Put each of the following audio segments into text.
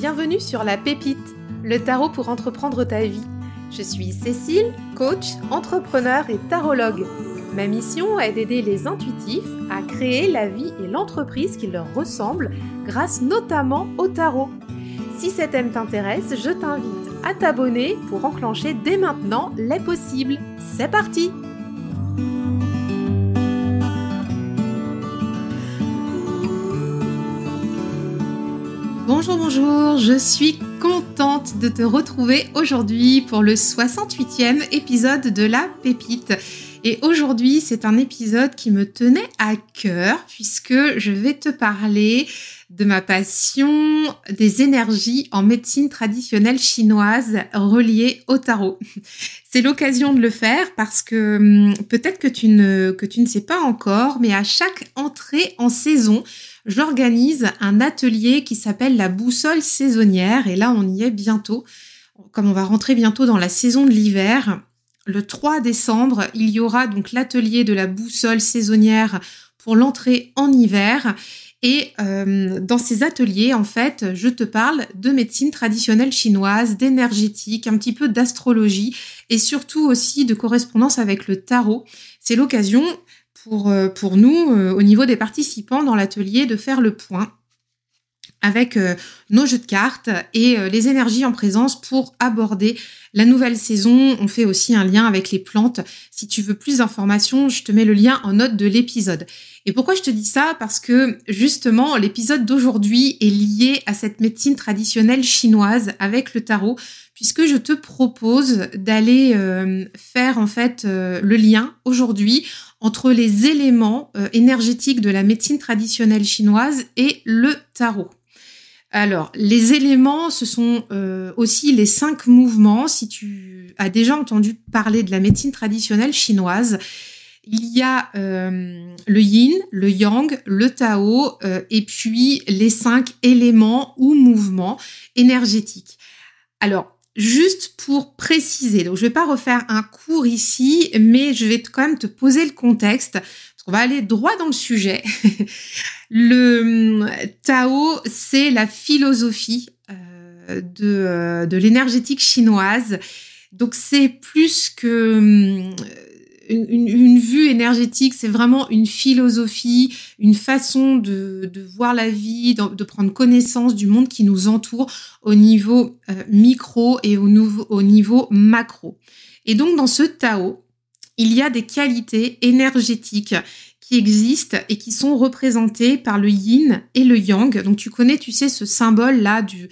Bienvenue sur La Pépite, le tarot pour entreprendre ta vie. Je suis Cécile, coach, entrepreneur et tarologue. Ma mission est d'aider les intuitifs à créer la vie et l'entreprise qui leur ressemblent grâce notamment au tarot. Si cet thème t'intéresse, je t'invite à t'abonner pour enclencher dès maintenant les possibles. C'est parti! Bonjour, je suis contente de te retrouver aujourd'hui pour le 68e épisode de La Pépite. Et aujourd'hui, c'est un épisode qui me tenait à cœur puisque je vais te parler de ma passion des énergies en médecine traditionnelle chinoise reliées au tarot. C'est l'occasion de le faire parce que peut-être que tu ne sais pas encore, mais à chaque entrée en saison, j'organise un atelier qui s'appelle la boussole saisonnière. Et là, on y est bientôt. Comme on va rentrer bientôt dans la saison de l'hiver, le 3 décembre, il y aura donc l'atelier de la boussole saisonnière pour l'entrée en hiver. Et dans ces ateliers, en fait, je te parle de médecine traditionnelle chinoise, d'énergétique, un petit peu d'astrologie et surtout aussi de correspondance avec le tarot. C'est l'occasion pour nous, au niveau des participants dans l'atelier, de faire le point avec nos jeux de cartes et les énergies en présence pour aborder la nouvelle saison. On fait aussi un lien avec les plantes. Si tu veux plus d'informations, je te mets le lien en note de l'épisode. Et pourquoi je te dis ça ? Parce que justement, l'épisode d'aujourd'hui est lié à cette médecine traditionnelle chinoise avec le tarot, puisque je te propose d'aller faire en fait le lien aujourd'hui entre les éléments énergétiques de la médecine traditionnelle chinoise et le tarot. Alors, les éléments, ce sont aussi les 5 mouvements. Si tu as déjà entendu parler de la médecine traditionnelle chinoise, il y a le yin, le yang, le tao et puis les 5 éléments ou mouvements énergétiques. Alors, juste pour préciser, donc je vais pas refaire un cours ici, mais je vais quand même te poser le contexte, parce qu'on va aller droit dans le sujet. Le Tao, c'est la philosophie de l'énergétique chinoise. Donc c'est plus que une vue énergétique, c'est vraiment une philosophie, une façon de voir la vie, de prendre connaissance du monde qui nous entoure au niveau micro et au niveau macro. Et donc dans ce Tao, il y a des qualités énergétiques qui existent et qui sont représentées par le yin et le yang. Donc tu sais ce symbole là du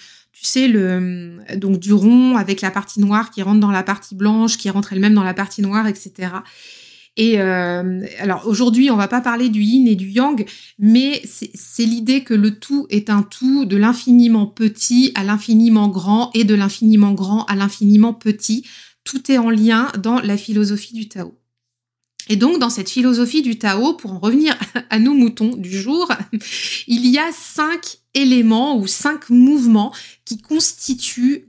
rond avec la partie noire qui rentre dans la partie blanche, qui rentre elle-même dans la partie noire, etc. Et alors aujourd'hui, on va pas parler du yin et du yang, mais c'est l'idée que le tout est un tout, de l'infiniment petit à l'infiniment grand et de l'infiniment grand à l'infiniment petit. Tout est en lien dans la philosophie du Tao. Et donc, dans cette philosophie du Tao, pour en revenir à nos moutons du jour, il y a 5 éléments ou 5 mouvements qui constituent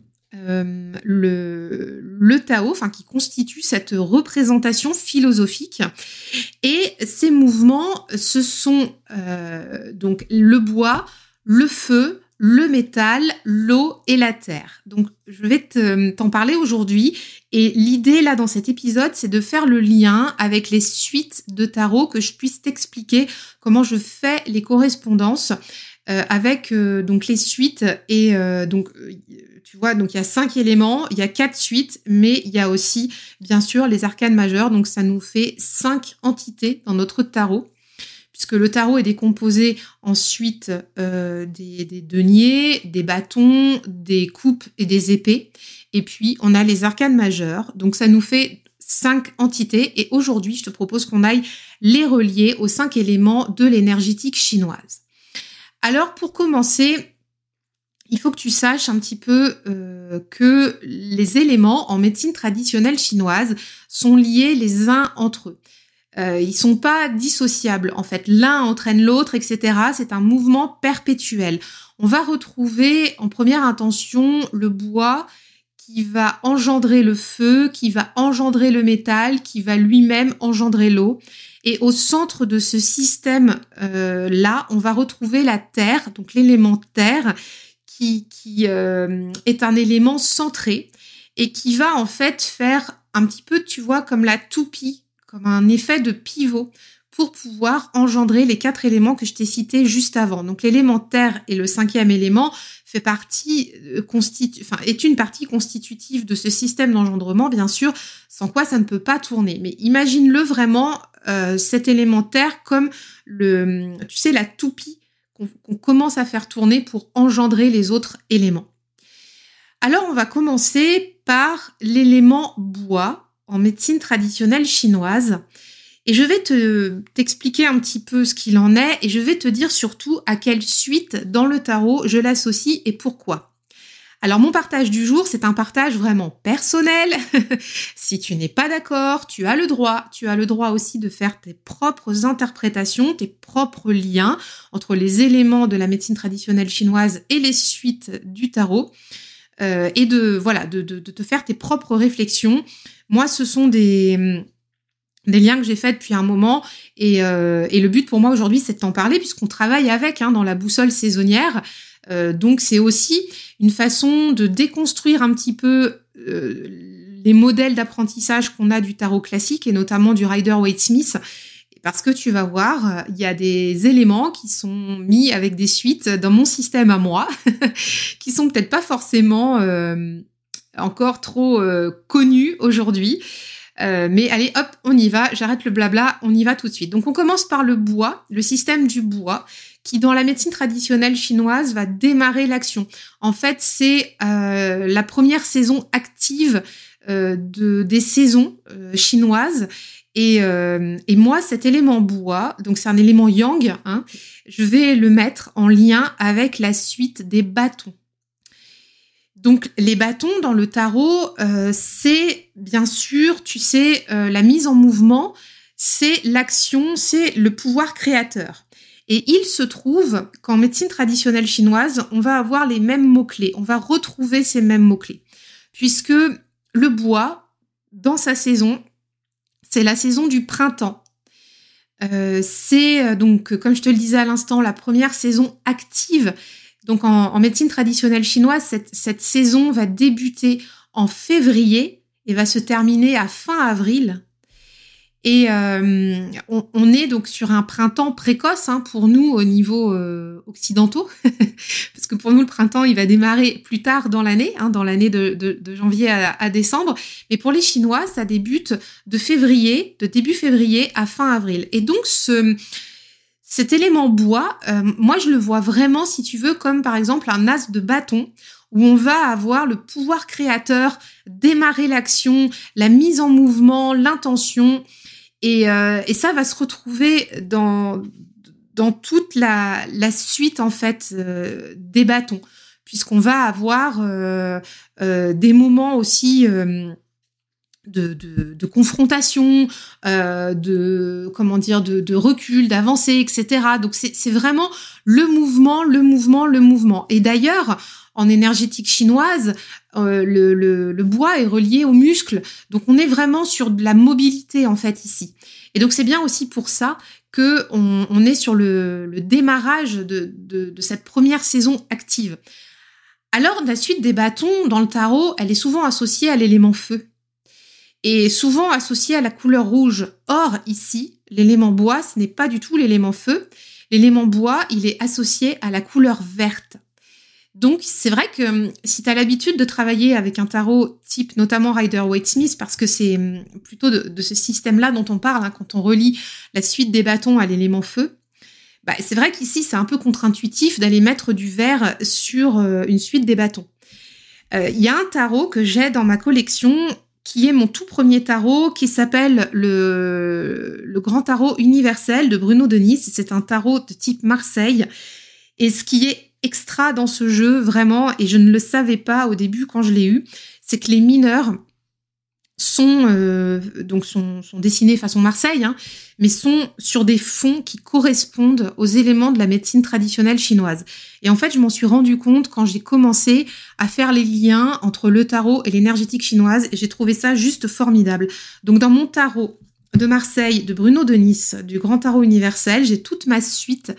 le Tao, enfin qui constituent cette représentation philosophique. Et ces mouvements, ce sont donc le bois, le feu, le métal, l'eau et la terre. Donc, je vais t'en parler aujourd'hui. Et l'idée, là, dans cet épisode, c'est de faire le lien avec les suites de tarot, que je puisse t'expliquer comment je fais les correspondances avec donc les suites. Et tu vois, donc il y a 5 éléments, il y a 4 suites, mais il y a aussi, bien sûr, les arcanes majeures. Donc, ça nous fait 5 entités dans notre tarot, puisque le tarot est décomposé ensuite des deniers, des bâtons, des coupes et des épées. Et puis, on a les arcanes majeures. Donc, ça nous fait 5 entités. Et aujourd'hui, je te propose qu'on aille les relier aux 5 éléments de l'énergétique chinoise. Alors, pour commencer, il faut que tu saches un petit peu que les éléments en médecine traditionnelle chinoise sont liés les uns entre eux. Ils sont pas dissociables, en fait. L'un entraîne l'autre, etc. C'est un mouvement perpétuel. On va retrouver en première intention le bois qui va engendrer le feu, qui va engendrer le métal, qui va lui-même engendrer l'eau. Et au centre de ce système là, on va retrouver la terre, donc l'élément terre, qui est un élément centré et qui va en fait faire un petit peu, tu vois, comme la toupie, comme un effet de pivot pour pouvoir engendrer les 4 éléments que je t'ai cités juste avant. Donc l'élément terre et le 5e élément est une partie constitutive de ce système d'engendrement, bien sûr, sans quoi ça ne peut pas tourner. Mais imagine-le vraiment, cet élément terre comme la toupie qu'on commence à faire tourner pour engendrer les autres éléments. Alors on va commencer par l'élément bois en médecine traditionnelle chinoise. Et je vais t'expliquer un petit peu ce qu'il en est et je vais te dire surtout à quelle suite dans le tarot je l'associe et pourquoi. Alors mon partage du jour, c'est un partage vraiment personnel. Si tu n'es pas d'accord, tu as le droit aussi de faire tes propres interprétations, tes propres liens entre les éléments de la médecine traditionnelle chinoise et les suites du tarot. Et de te faire tes propres réflexions. Moi, ce sont des liens que j'ai faits depuis un moment et le but pour moi aujourd'hui, c'est de t'en parler puisqu'on travaille avec dans la boussole saisonnière. Donc, c'est aussi une façon de déconstruire un petit peu les modèles d'apprentissage qu'on a du tarot classique et notamment du Rider-Waite-Smith. Parce que tu vas voir, il y a des éléments qui sont mis avec des suites dans mon système à moi, qui sont peut-être pas forcément encore trop connus aujourd'hui. Mais allez, hop, on y va, j'arrête le blabla, on y va tout de suite. Donc on commence par le bois, le système du bois, qui dans la médecine traditionnelle chinoise va démarrer l'action. En fait, c'est la première saison active des saisons chinoises. Et moi, cet élément bois, donc c'est un élément yang, je vais le mettre en lien avec la suite des bâtons. Donc les bâtons dans le tarot, c'est bien sûr, tu sais, la mise en mouvement, c'est l'action, c'est le pouvoir créateur. Et il se trouve qu'en médecine traditionnelle chinoise, on va avoir les mêmes mots-clés, on va retrouver ces mêmes mots-clés. Puisque le bois, dans sa saison, c'est la saison du printemps. C'est donc, comme je te le disais à l'instant, la première saison active. Donc en médecine traditionnelle chinoise, cette saison va débuter en février et va se terminer à fin avril. Et on est donc sur un printemps précoce pour nous au niveau occidentaux, parce que pour nous le printemps il va démarrer plus tard dans l'année, dans l'année de janvier à décembre, mais pour les Chinois ça débute de début février à fin avril. Et donc cet élément bois, moi je le vois vraiment, si tu veux, comme par exemple un as de bâton, où on va avoir le pouvoir créateur, démarrer l'action, la mise en mouvement, l'intention. Et ça va se retrouver dans toute la suite en fait des bâtons, puisqu'on va avoir des moments aussi de confrontation, de recul, d'avancée, etc. Donc c'est vraiment le mouvement. Et d'ailleurs, en énergétique chinoise, le bois est relié aux muscles. Donc on est vraiment sur de la mobilité en fait ici. Et donc c'est bien aussi pour ça que on est sur le démarrage de cette première saison active. Alors la suite des bâtons dans le tarot, elle est souvent associée à l'élément feu. Et souvent associée à la couleur rouge. Or, ici, l'élément bois, ce n'est pas du tout l'élément feu. L'élément bois, il est associé à la couleur verte. Donc, c'est vrai que si tu as l'habitude de travailler avec un tarot type, notamment Rider-Waite-Smith, parce que c'est plutôt de ce système-là dont on parle, quand on relie la suite des bâtons à l'élément feu, c'est vrai qu'ici, c'est un peu contre-intuitif d'aller mettre du vert sur une suite des bâtons. Il y a un tarot que j'ai dans ma collection qui est mon tout premier tarot, qui s'appelle le Grand Tarot Universel de Bruno de Nice. C'est un tarot de type Marseille. Et ce qui est extra dans ce jeu, vraiment, et je ne le savais pas au début quand je l'ai eu, c'est que les mineurs sont dessinés façon Marseille, mais sont sur des fonds qui correspondent aux éléments de la médecine traditionnelle chinoise. Et en fait, je m'en suis rendu compte quand j'ai commencé à faire les liens entre le tarot et l'énergétique chinoise, et j'ai trouvé ça juste formidable. Donc dans mon tarot de Marseille, de Bruno de Nice, du Grand Tarot Universel, j'ai toute ma suite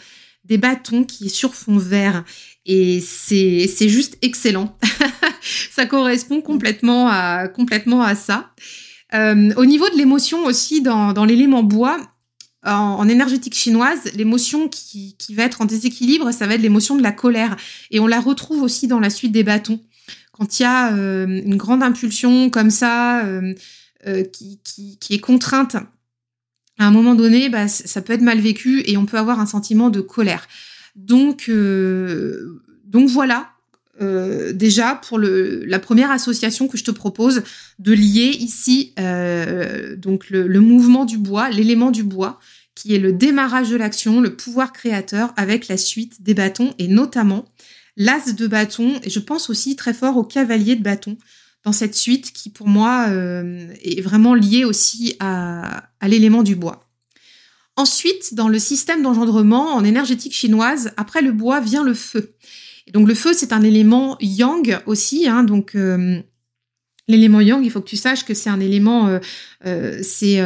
des bâtons qui est sur fond vert. Et c'est juste excellent. Ça correspond complètement à ça. Au niveau de l'émotion aussi, dans l'élément bois, en énergétique chinoise, l'émotion qui va être en déséquilibre, ça va être l'émotion de la colère. Et on la retrouve aussi dans la suite des bâtons. Quand il y a une grande impulsion comme ça, qui est contrainte, à un moment donné, ça peut être mal vécu et on peut avoir un sentiment de colère. Donc voilà, déjà pour la première association que je te propose de lier ici donc le mouvement du bois, l'élément du bois, qui est le démarrage de l'action, le pouvoir créateur, avec la suite des bâtons et notamment l'as de bâton. Et je pense aussi très fort au cavalier de bâton dans cette suite qui pour moi est vraiment liée aussi à l'élément du bois. Ensuite, dans le système d'engendrement en énergétique chinoise, après le bois vient le feu. Et donc le feu, c'est un élément yang aussi. Donc l'élément yang, il faut que tu saches que c'est un élément, c'est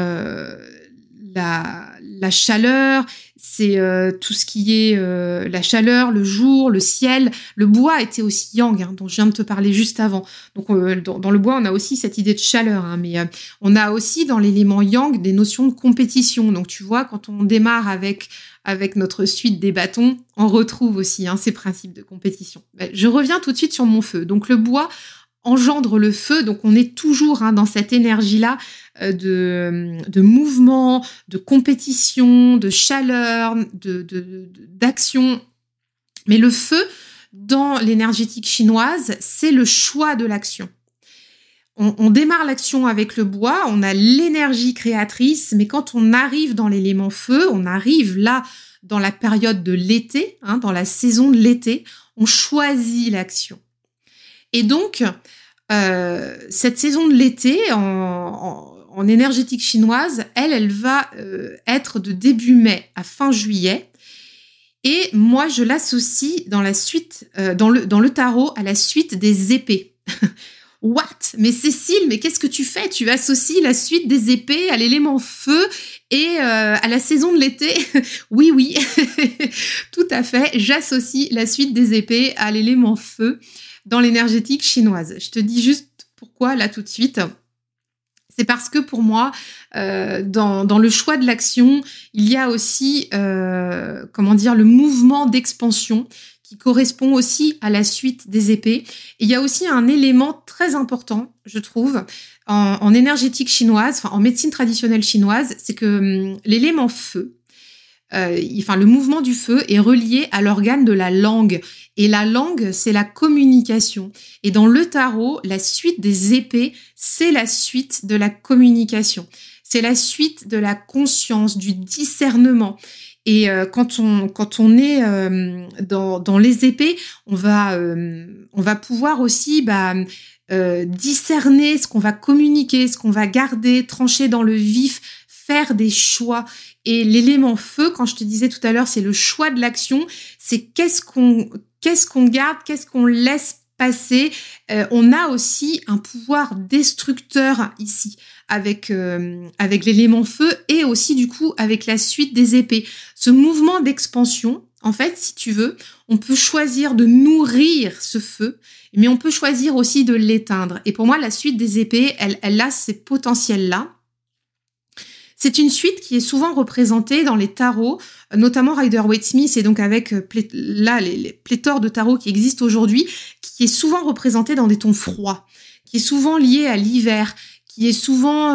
la chaleur, c'est tout ce qui est la chaleur, le jour, le ciel. Le bois était aussi yang, dont je viens de te parler juste avant. Donc dans le bois, on a aussi cette idée de chaleur, mais on a aussi dans l'élément yang des notions de compétition. Donc tu vois, quand on démarre avec notre suite des bâtons, on retrouve aussi ces principes de compétition. Je reviens tout de suite sur mon feu. Donc le bois engendre le feu, donc on est toujours dans cette énergie-là de mouvement, de compétition, de chaleur, d'action. Mais le feu, dans l'énergétique chinoise, c'est le choix de l'action. On démarre l'action avec le bois, on a l'énergie créatrice, mais quand on arrive dans l'élément feu, on arrive là dans la période de l'été, dans la saison de l'été, on choisit l'action. Et donc, cette saison de l'été, en énergétique chinoise, elle va être de début mai à fin juillet. Et moi, je l'associe dans la suite, dans le tarot, à la suite des épées. What? Mais Cécile, mais qu'est-ce que tu fais? Tu associes la suite des épées à l'élément feu et à la saison de l'été? Oui, tout à fait. J'associe la suite des épées à l'élément feu dans l'énergétique chinoise. Je te dis juste pourquoi là tout de suite. C'est parce que pour moi, dans le choix de l'action, il y a aussi, le mouvement d'expansion qui correspond aussi à la suite des épées. Et il y a aussi un élément très important, je trouve, en énergétique chinoise, en médecine traditionnelle chinoise, c'est que l'élément feu, le mouvement du feu est relié à l'organe de la langue. Et la langue, c'est la communication. Et dans le tarot, la suite des épées, c'est la suite de la communication. C'est la suite de la conscience, du discernement. Et quand on est dans les épées, on va pouvoir aussi discerner ce qu'on va communiquer, ce qu'on va garder, trancher dans le vif, faire des choix. Et l'élément feu, quand je te disais tout à l'heure, c'est le choix de l'action, c'est qu'est-ce qu'on garde, qu'est-ce qu'on laisse passer. On a aussi un pouvoir destructeur ici avec l'élément feu et aussi du coup avec la suite des épées. Ce mouvement d'expansion, en fait, si tu veux, on peut choisir de nourrir ce feu, mais on peut choisir aussi de l'éteindre. Et pour moi, la suite des épées, elle a ces potentiels-là. C'est une suite qui est souvent représentée dans les tarots, notamment Rider-Waite-Smith, et donc avec les pléthores de tarots qui existent aujourd'hui, qui est souvent représentée dans des tons froids, qui est souvent liée à l'hiver, qui est souvent,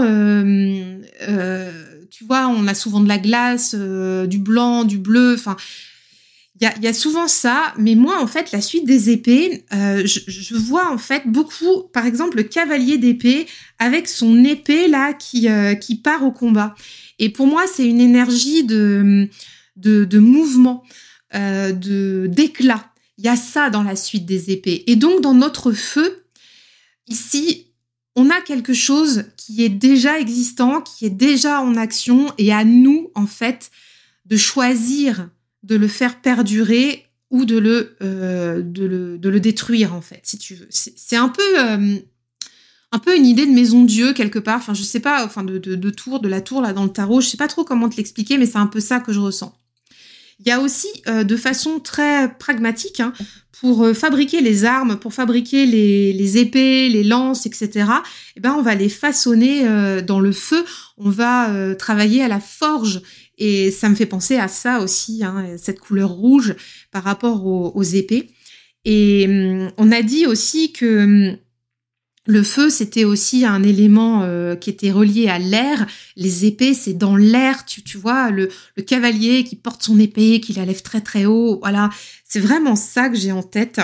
tu vois, on a souvent de la glace, du blanc, du bleu, enfin, il y a souvent ça, mais moi, en fait, la suite des épées, je vois en fait beaucoup, par exemple, le cavalier d'épée avec son épée là qui part au combat. Et pour moi, c'est une énergie de mouvement, d'éclat. Il y a ça dans la suite des épées. Et donc, dans notre feu, ici, on a quelque chose qui est déjà existant, qui est déjà en action, et à nous, en fait, de choisir de le faire perdurer ou de le détruire, en fait, si tu veux. C'est un peu une idée de maison Dieu, quelque part. Enfin, je sais pas, de tour, de la tour, là, dans le tarot. Je sais pas trop comment te l'expliquer, mais c'est un peu ça que je ressens. Il y a aussi, de façon très pragmatique, hein, pour fabriquer les armes, pour fabriquer les épées, les lances, etc., eh ben, on va les façonner dans le feu. On va travailler à la forge. Et ça me fait penser à ça aussi, hein, cette couleur rouge par rapport aux épées. Et on a dit aussi que le feu, c'était aussi un élément qui était relié à l'air. Les épées, c'est dans l'air. Tu vois, le cavalier qui porte son épée, qui la lève très très haut. Voilà, c'est vraiment ça que j'ai en tête.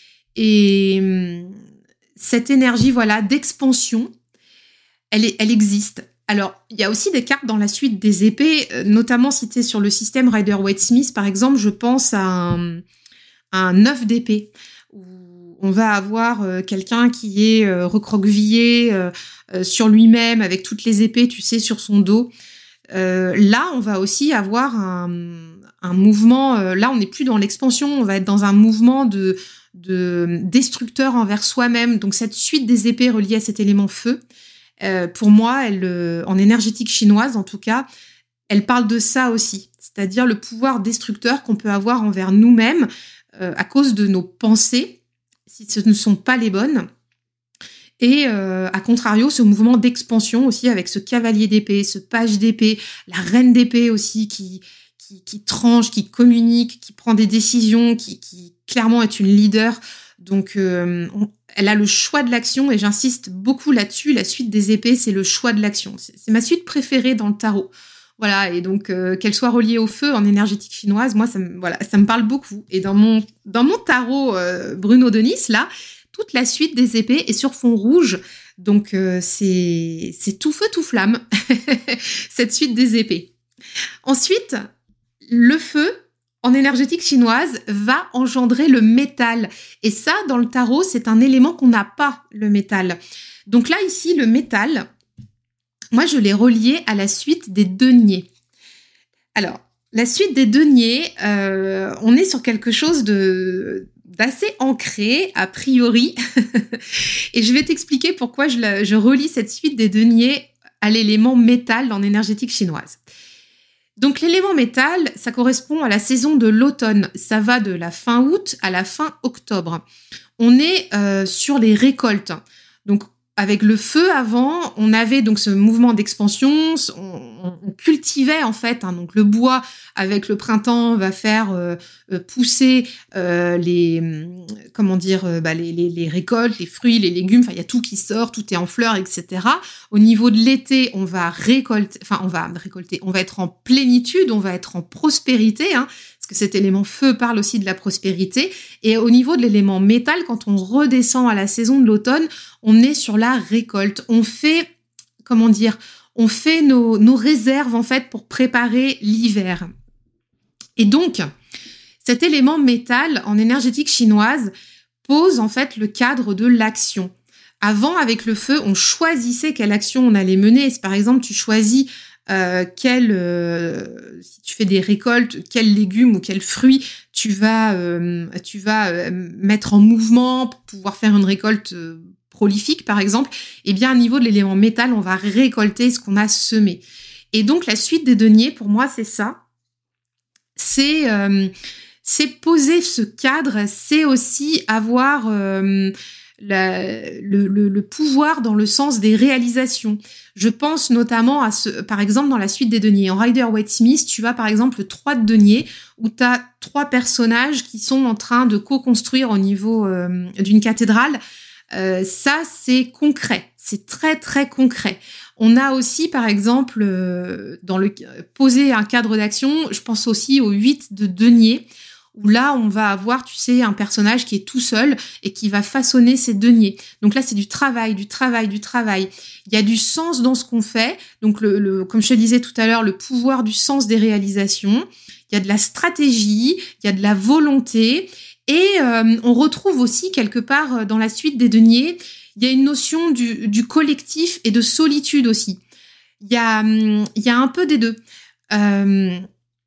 Et cette énergie, voilà, d'expansion, elle existe. Alors, il y a aussi des cartes dans la suite des épées, notamment si tu es sur le système Rider-Waite-Smith, par exemple, je pense à un 9 d'épée, où on va avoir quelqu'un qui est recroquevillé sur lui-même, avec toutes les épées, tu sais, sur son dos. Là, on va aussi avoir un mouvement, là, on n'est plus dans l'expansion, on va être dans un mouvement de destructeur envers soi-même. Donc, cette suite des épées reliée à cet élément feu, pour moi, en énergétique chinoise, en tout cas, elle parle de ça aussi, c'est-à-dire le pouvoir destructeur qu'on peut avoir envers nous-mêmes à cause de nos pensées, si ce ne sont pas les bonnes. Et à contrario, ce mouvement d'expansion aussi avec ce cavalier d'épée, ce page d'épée, la reine d'épée aussi qui tranche, qui communique, qui prend des décisions, qui clairement est une leader. Donc, elle a le choix de l'action et j'insiste beaucoup là-dessus. La suite des épées, c'est le choix de l'action. C'est ma suite préférée dans le tarot. Voilà, et donc qu'elle soit reliée au feu en énergétique chinoise, moi, ça me parle beaucoup. Et dans mon tarot Bruno de Nice, là, toute la suite des épées est sur fond rouge. Donc, c'est tout feu, tout flamme, cette suite des épées. Ensuite, le feu, en énergétique chinoise, va engendrer le métal. Et ça, dans le tarot, c'est un élément qu'on n'a pas, le métal. Donc là, ici, le métal, moi, je l'ai relié à la suite des deniers. Alors, la suite des deniers, on est sur quelque chose d'assez ancré, a priori. Et je vais t'expliquer pourquoi je relie cette suite des deniers à l'élément métal en énergétique chinoise. Donc, l'élément métal, ça correspond à la saison de l'automne. Ça va de la fin août à la fin octobre. On est sur les récoltes. Donc, avec le feu avant, on avait donc ce mouvement d'expansion, on cultivait en fait, hein, donc le bois avec le printemps va faire pousser les récoltes, les fruits, les légumes, enfin il y a tout qui sort, tout est en fleurs, etc. Au niveau de l'été, on va être en plénitude, on va être en prospérité, hein, que cet élément feu parle aussi de la prospérité. Et au niveau de l'élément métal, quand on redescend à la saison de l'automne, on est sur la récolte. On fait nos réserves, en fait, pour préparer l'hiver. Et donc, cet élément métal, en énergétique chinoise, pose, en fait, le cadre de l'action. Avant, avec le feu, on choisissait quelle action on allait mener. Si, par exemple, tu choisis si tu fais des récoltes, quels légumes ou quels fruits tu vas mettre en mouvement pour pouvoir faire une récolte prolifique, par exemple, eh bien, au niveau de l'élément métal, on va récolter ce qu'on a semé. Et donc, la suite des deniers, pour moi, c'est ça. C'est poser ce cadre, c'est aussi avoir le pouvoir dans le sens des réalisations. Je pense notamment par exemple, dans la suite des deniers. En Rider-Waite-Smith, tu as par exemple le 3 de denier, où tu as 3 personnages qui sont en train de co-construire au niveau d'une cathédrale. Ça, c'est concret. C'est très, très concret. On a aussi, par exemple, poser un cadre d'action, je pense aussi au 8 de denier, où là, on va avoir, tu sais, un personnage qui est tout seul et qui va façonner ses deniers. Donc là, c'est du travail. Il y a du sens dans ce qu'on fait. Donc, comme je te disais tout à l'heure, le pouvoir du sens des réalisations. Il y a de la stratégie, il y a de la volonté. Et on retrouve aussi, quelque part, dans la suite des deniers, il y a une notion du collectif et de solitude aussi. Il y a un peu des deux.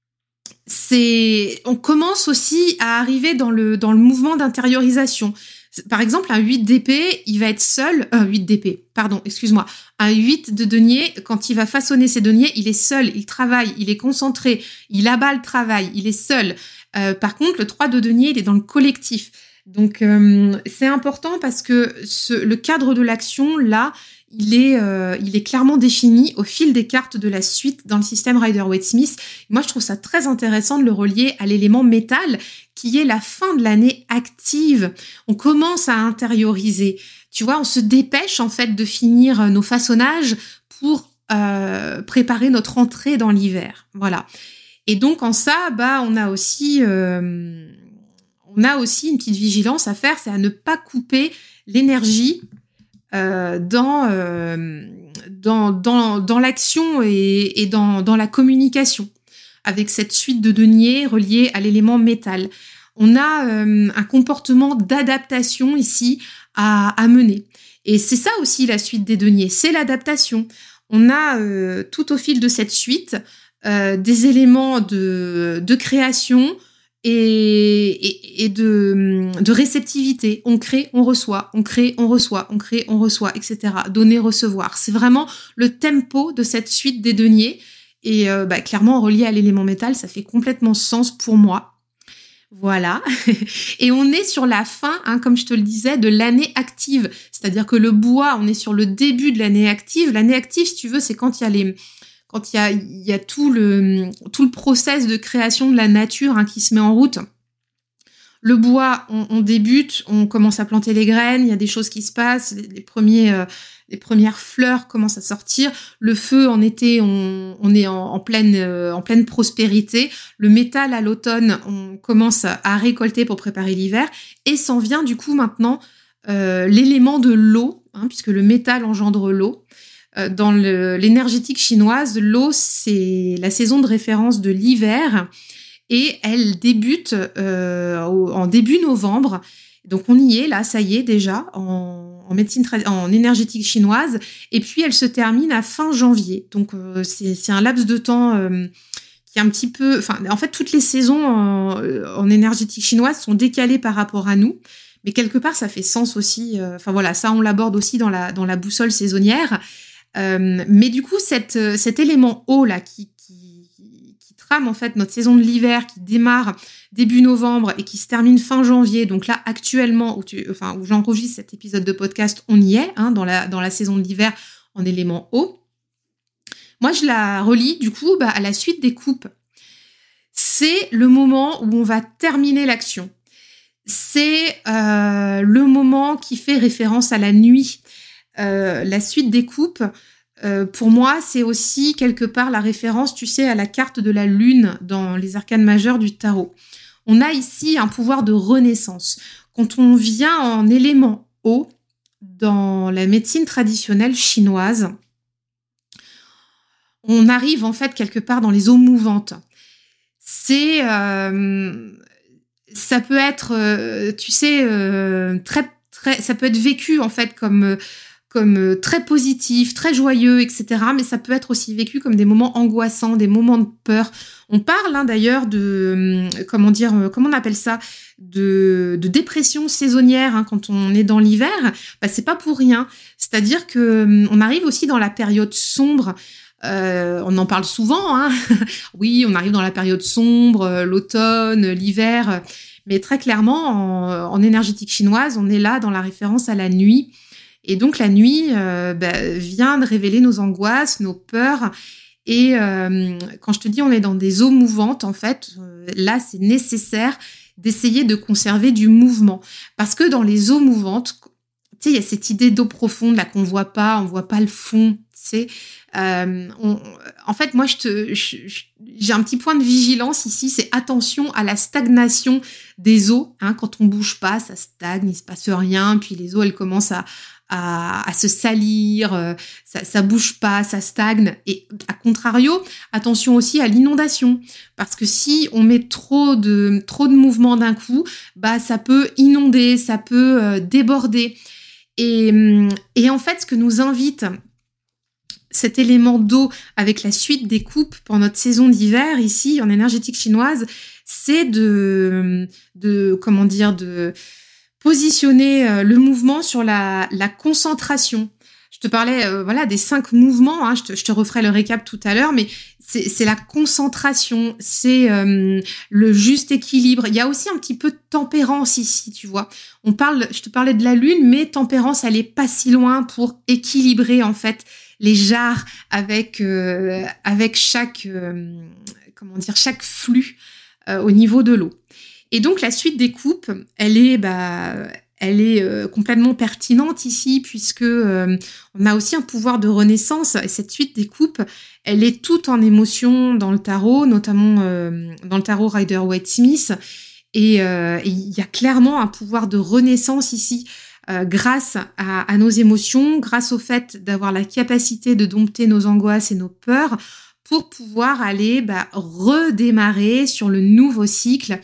On commence aussi à arriver dans le mouvement d'intériorisation. Par exemple, un 8 d'épée, il va être seul, 8 d'épée, pardon, excuse-moi, un 8 de denier, quand il va façonner ses deniers, il est seul, il travaille, il est concentré, il abat le travail, il est seul. Par contre, le 3 de denier, il est dans le collectif. Donc, c'est important parce que le cadre de l'action, là, il est clairement défini au fil des cartes de la suite dans le système Rider-Waite-Smith. Moi, je trouve ça très intéressant de le relier à l'élément métal, qui est la fin de l'année active. On commence à intérioriser. Tu vois, on se dépêche, en fait, de finir nos façonnages pour préparer notre entrée dans l'hiver. Voilà. Et donc, en ça, on a aussi une petite vigilance à faire, c'est à ne pas couper l'énergie dans l'action et dans la communication avec cette suite de deniers reliés à l'élément métal. On a un comportement d'adaptation ici à mener. Et c'est ça aussi la suite des deniers, c'est l'adaptation. On a tout au fil de cette suite des éléments de création et de réceptivité. On crée, on reçoit, on crée, on reçoit, on crée, on reçoit, etc. Donner, recevoir. C'est vraiment le tempo de cette suite des deniers. Et clairement, relié à l'élément métal, ça fait complètement sens pour moi. Voilà. Et on est sur la fin, comme je te le disais, de l'année active. C'est-à-dire que le bois, on est sur le début de l'année active. L'année active, si tu veux, c'est quand il y a tout le process de création de la nature qui se met en route. Le bois, on débute, on commence à planter les graines, il y a des choses qui se passent, les premières fleurs commencent à sortir. Le feu, en été, on est en pleine prospérité. Le métal, à l'automne, on commence à récolter pour préparer l'hiver. Et s'en vient du coup maintenant l'élément de l'eau, puisque le métal engendre l'eau. Dans l'énergétique chinoise, l'eau, c'est la saison de référence de l'hiver et elle débute en début novembre. Donc on y est là, ça y est déjà en médecine en énergétique chinoise. Et puis elle se termine à fin janvier. Donc c'est un laps de temps qui est un petit peu. Enfin, en fait, toutes les saisons en énergétique chinoise sont décalées par rapport à nous. Mais quelque part, ça fait sens aussi. Enfin voilà, ça on l'aborde aussi dans la boussole saisonnière. Mais du coup, cet élément eau là qui trame en fait notre saison de l'hiver, qui démarre début novembre et qui se termine fin janvier. Donc là, actuellement, où j'enregistre cet épisode de podcast, on y est dans la saison de l'hiver en élément eau. Moi, je la relie du coup à la suite des coupes. C'est le moment où on va terminer l'action. C'est le moment qui fait référence à la nuit. La suite des coupes, pour moi, c'est aussi quelque part la référence, tu sais, à la carte de la lune dans les arcanes majeures du tarot. On a ici un pouvoir de renaissance. Quand on vient en élément eau, dans la médecine traditionnelle chinoise, on arrive en fait quelque part dans les eaux mouvantes. C'est... ça peut être, tu sais, très, très... Ça peut être vécu en fait comme très positif, très joyeux, etc. Mais ça peut être aussi vécu comme des moments angoissants, des moments de peur. On parle d'ailleurs de, comment on appelle ça, de dépression saisonnière quand on est dans l'hiver. C'est pas pour rien. C'est-à-dire que on arrive aussi dans la période sombre. On en parle souvent. Oui, on arrive dans la période sombre, l'automne, l'hiver. Mais très clairement, en énergétique chinoise, on est là dans la référence à la nuit. Et donc la nuit vient de révéler nos angoisses, nos peurs. Et quand je te dis on est dans des eaux mouvantes, en fait, là c'est nécessaire d'essayer de conserver du mouvement. Parce que dans les eaux mouvantes, tu sais, il y a cette idée d'eau profonde là qu'on voit pas, on voit pas le fond. Tu sais, en fait, moi j'ai un petit point de vigilance ici, c'est attention à la stagnation des eaux. Quand on bouge pas, ça stagne, il se passe rien, puis les eaux elles commencent à se salir, ça bouge pas, ça stagne. Et à contrario, attention aussi à l'inondation, parce que si on met trop de mouvements d'un coup, ça peut inonder, ça peut déborder. Et en fait, ce que nous invite cet élément d'eau avec la suite des coupes pour notre saison d'hiver ici en énergétique chinoise, c'est de positionner le mouvement sur la concentration. Je te parlais des 5 mouvements, hein, je te referai le récap tout à l'heure, mais c'est la concentration, c'est le juste équilibre. Il y a aussi un petit peu de tempérance ici, tu vois. Je te parlais de la lune, mais tempérance, elle est pas si loin pour équilibrer en fait les jarres avec chaque chaque flux au niveau de l'eau. Et donc la suite des coupes, elle est complètement pertinente ici puisque on a aussi un pouvoir de renaissance. Et cette suite des coupes, elle est toute en émotion dans le tarot, notamment dans le tarot Rider-Waite-Smith. Et il y a clairement un pouvoir de renaissance ici grâce à nos émotions, grâce au fait d'avoir la capacité de dompter nos angoisses et nos peurs pour pouvoir aller redémarrer sur le nouveau cycle,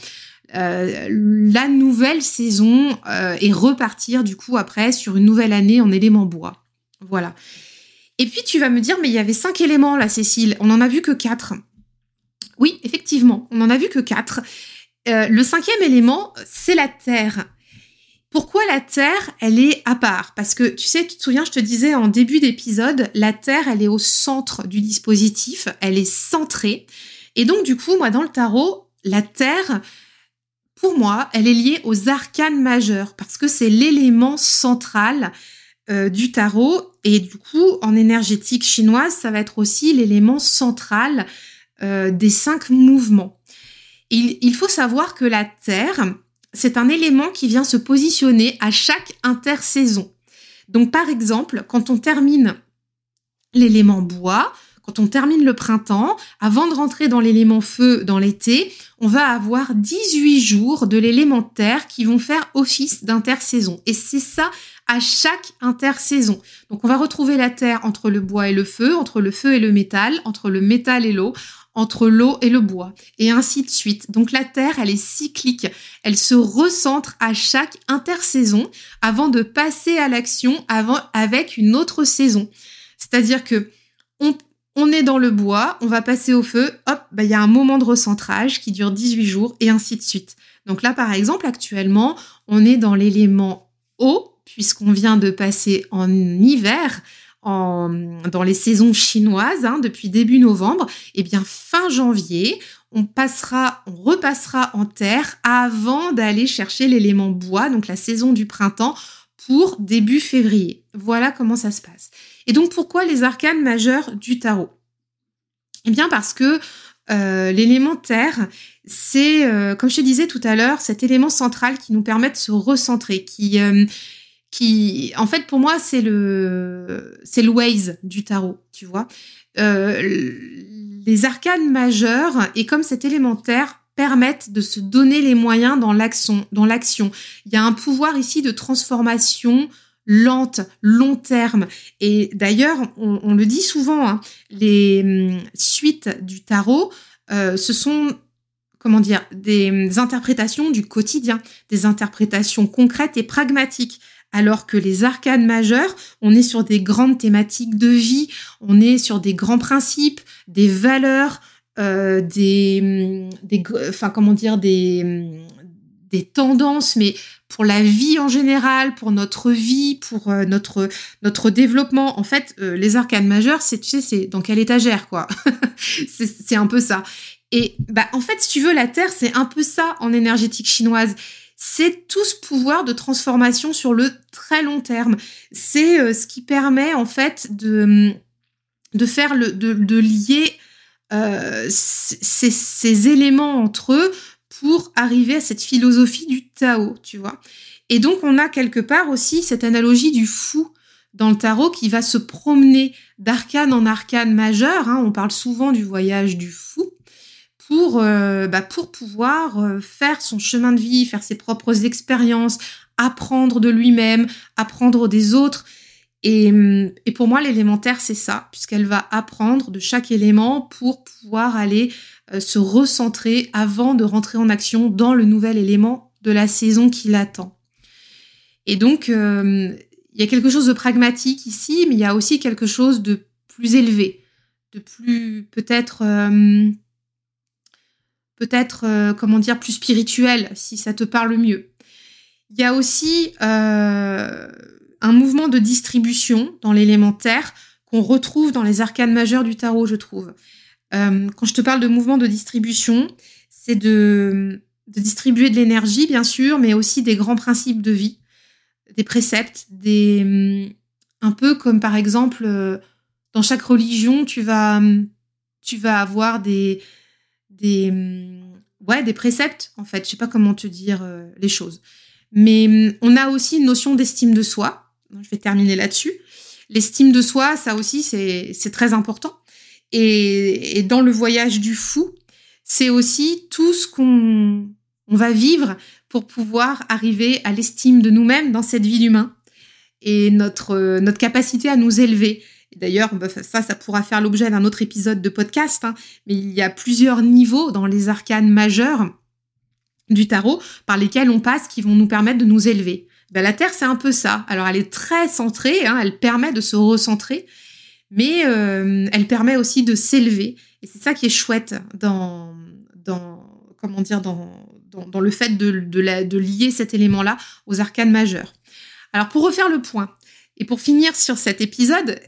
la nouvelle saison et repartir du coup après sur une nouvelle année en élément bois. Voilà. Et puis tu vas me dire, mais il y avait 5 éléments là, Cécile, on n'en a vu que 4. Oui, effectivement, on n'en a vu que 4. Le 5e élément, c'est la terre. Pourquoi la terre, elle est à part? Parce que, tu te souviens, je te disais en début d'épisode, la terre, elle est au centre du dispositif, elle est centrée. Et donc, du coup, moi, dans le tarot, la terre, pour moi, elle est liée aux arcanes majeurs, parce que c'est l'élément central du tarot. Et du coup, en énergétique chinoise, ça va être aussi l'élément central des 5 mouvements. Il faut savoir que la terre, c'est un élément qui vient se positionner à chaque intersaison. Donc, par exemple, quand on termine l'élément bois, quand on termine le printemps, avant de rentrer dans l'élément feu dans l'été, on va avoir 18 jours de l'élément terre qui vont faire office d'intersaison. Et c'est ça à chaque intersaison. Donc, on va retrouver la terre entre le bois et le feu, entre le feu et le métal, entre le métal et l'eau, entre l'eau et le bois, et ainsi de suite. Donc la terre, elle est cyclique, elle se recentre à chaque intersaison avant de passer à l'action avec une autre saison. C'est-à-dire que on est dans le bois, on va passer au feu, hop, il y a un moment de recentrage qui dure 18 jours, et ainsi de suite. Donc là, par exemple, actuellement, on est dans l'élément eau, puisqu'on vient de passer en hiver, dans les saisons chinoises, depuis début novembre, et bien fin janvier, on repassera en terre avant d'aller chercher l'élément bois, donc la saison du printemps, pour début février. Voilà comment ça se passe. Et donc pourquoi les arcanes majeures du tarot? Eh bien parce que l'élément terre, c'est, comme je te disais tout à l'heure, cet élément central qui nous permet de se recentrer, qui en fait pour moi c'est le Waze du tarot, tu vois. Les arcanes majeures et comme cet élémentaire permettent de se donner les moyens dans l'action. Il y a un pouvoir ici de transformation lente, long terme. Et d'ailleurs, on le dit souvent, les suites du tarot, ce sont des interprétations du quotidien, des interprétations concrètes et pragmatiques. Alors que les arcanes majeures, on est sur des grandes thématiques de vie, on est sur des grands principes, des valeurs, des tendances, mais pour la vie en général, pour notre vie, pour notre développement. En fait, les arcanes majeures, c'est dans quelle étagère, quoi. c'est un peu ça. Et en fait, si tu veux, la Terre, c'est un peu ça en énergétique chinoise. C'est tout ce pouvoir de transformation sur le très long terme. C'est ce qui permet en fait de faire de lier ces éléments entre eux pour arriver à cette philosophie du Tao, tu vois. Et donc on a quelque part aussi cette analogie du fou dans le tarot qui va se promener d'arcane en arcane majeur. On parle souvent du voyage du fou. Pour pouvoir faire son chemin de vie, faire ses propres expériences, apprendre de lui-même, apprendre des autres. Et pour moi, l'élémentaire, c'est ça, puisqu'elle va apprendre de chaque élément pour pouvoir aller se recentrer avant de rentrer en action dans le nouvel élément de la saison qui l'attend. Et donc, il y a quelque chose de pragmatique ici, mais il y a aussi quelque chose de plus élevé, de plus peut-être plus spirituel, si ça te parle mieux. Il y a aussi un mouvement de distribution dans l'élément terre qu'on retrouve dans les arcanes majeures du tarot, je trouve. Quand je te parle de mouvement de distribution, c'est de distribuer de l'énergie, bien sûr, mais aussi des grands principes de vie, des préceptes, un peu comme par exemple, dans chaque religion, tu vas avoir des préceptes, en fait. Je sais pas comment te dire les choses. Mais on a aussi une notion d'estime de soi. Je vais terminer là-dessus. L'estime de soi, ça aussi, c'est très important. Et dans le voyage du fou, c'est aussi tout ce qu'on va vivre pour pouvoir arriver à l'estime de nous-mêmes dans cette vie d'humain et notre capacité à nous élever. Et d'ailleurs, ça pourra faire l'objet d'un autre épisode de podcast, hein, mais il y a plusieurs niveaux dans les arcanes majeures du tarot par lesquels on passe qui vont nous permettre de nous élever. La Terre, c'est un peu ça. Alors, elle est très centrée, hein, elle permet de se recentrer, mais elle permet aussi de s'élever. Et c'est ça qui est chouette dans le fait de lier cet élément-là aux arcanes majeures. Alors, pour refaire le point, et pour finir sur cet épisode,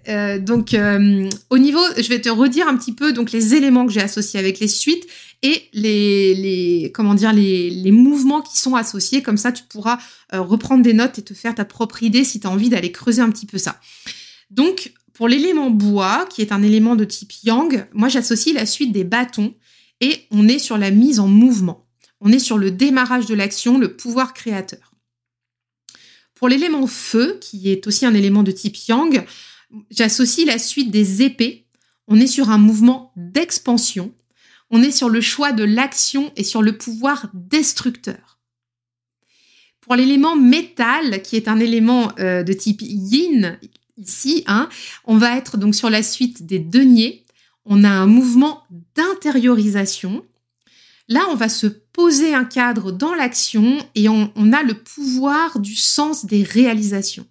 au niveau, je vais te redire un petit peu donc les éléments que j'ai associés avec les suites et les mouvements qui sont associés. Comme ça, tu pourras reprendre des notes et te faire ta propre idée si tu as envie d'aller creuser un petit peu ça. Donc, pour l'élément bois, qui est un élément de type yang, moi, j'associe la suite des bâtons et on est sur la mise en mouvement. On est sur le démarrage de l'action, le pouvoir créateur. Pour l'élément feu, qui est aussi un élément de type yang, j'associe la suite des épées. On est sur un mouvement d'expansion. On est sur le choix de l'action et sur le pouvoir destructeur. Pour l'élément métal, qui est un élément de type yin, ici, hein, on va être donc sur la suite des deniers. On a un mouvement d'intériorisation. Là, on va se poser un cadre dans l'action et on a le pouvoir du sens des réalisations.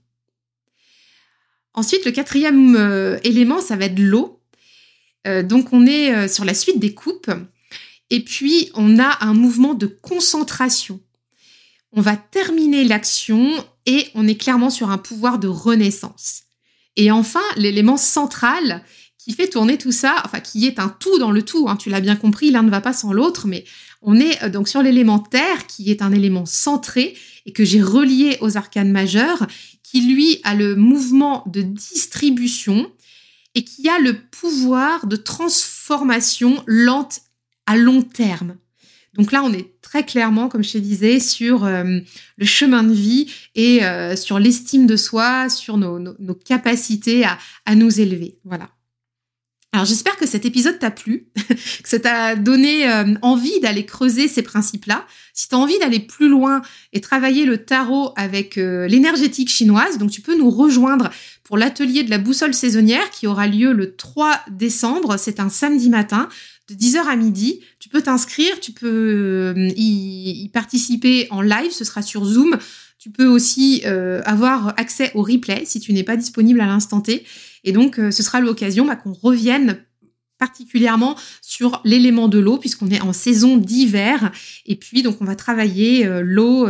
Ensuite, le quatrième élément, ça va être l'eau. Donc, on est sur la suite des coupes. Et puis, on a un mouvement de concentration. On va terminer l'action et on est clairement sur un pouvoir de renaissance. Et enfin, l'élément central qui fait tourner tout ça, enfin qui est un tout dans le tout, hein, tu l'as bien compris, l'un ne va pas sans l'autre, mais on est donc sur l'élément terre qui est un élément centré et que j'ai relié aux arcanes majeures, qui lui a le mouvement de distribution et qui a le pouvoir de transformation lente à long terme. Donc là, on est très clairement, comme je te disais, sur le chemin de vie et sur l'estime de soi, sur nos capacités à nous élever. Voilà. Alors, j'espère que cet épisode t'a plu, que ça t'a donné envie d'aller creuser ces principes-là. Si tu as envie d'aller plus loin et travailler le tarot avec l'énergétique chinoise, donc tu peux nous rejoindre pour l'atelier de la boussole saisonnière qui aura lieu le 3 décembre. C'est un samedi matin de 10h à midi. Tu peux t'inscrire, tu peux y participer en live, ce sera sur Zoom. Tu peux aussi avoir accès au replay si tu n'es pas disponible à l'instant T. Et donc, ce sera l'occasion qu'on revienne particulièrement sur l'élément de l'eau, puisqu'on est en saison d'hiver. Et puis, donc, on va travailler l'eau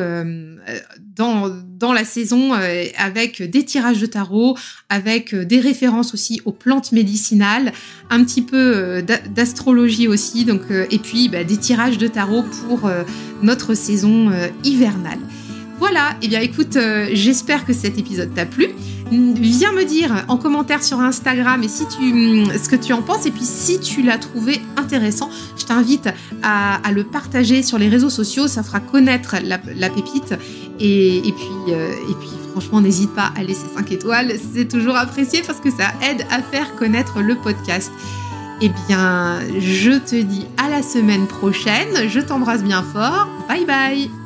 dans la saison avec des tirages de tarot, avec des références aussi aux plantes médicinales, un petit peu d'astrologie aussi, donc, et puis des tirages de tarot pour notre saison hivernale. Voilà, et bien écoute, j'espère que cet épisode t'a plu. Viens me dire en commentaire sur Instagram ce que tu en penses, et puis si tu l'as trouvé intéressant, je t'invite à le partager sur les réseaux sociaux, ça fera connaître la pépite, et puis franchement n'hésite pas à laisser 5 étoiles, c'est toujours apprécié parce que ça aide à faire connaître le podcast. Eh bien, je te dis à la semaine prochaine, je t'embrasse bien fort, bye bye.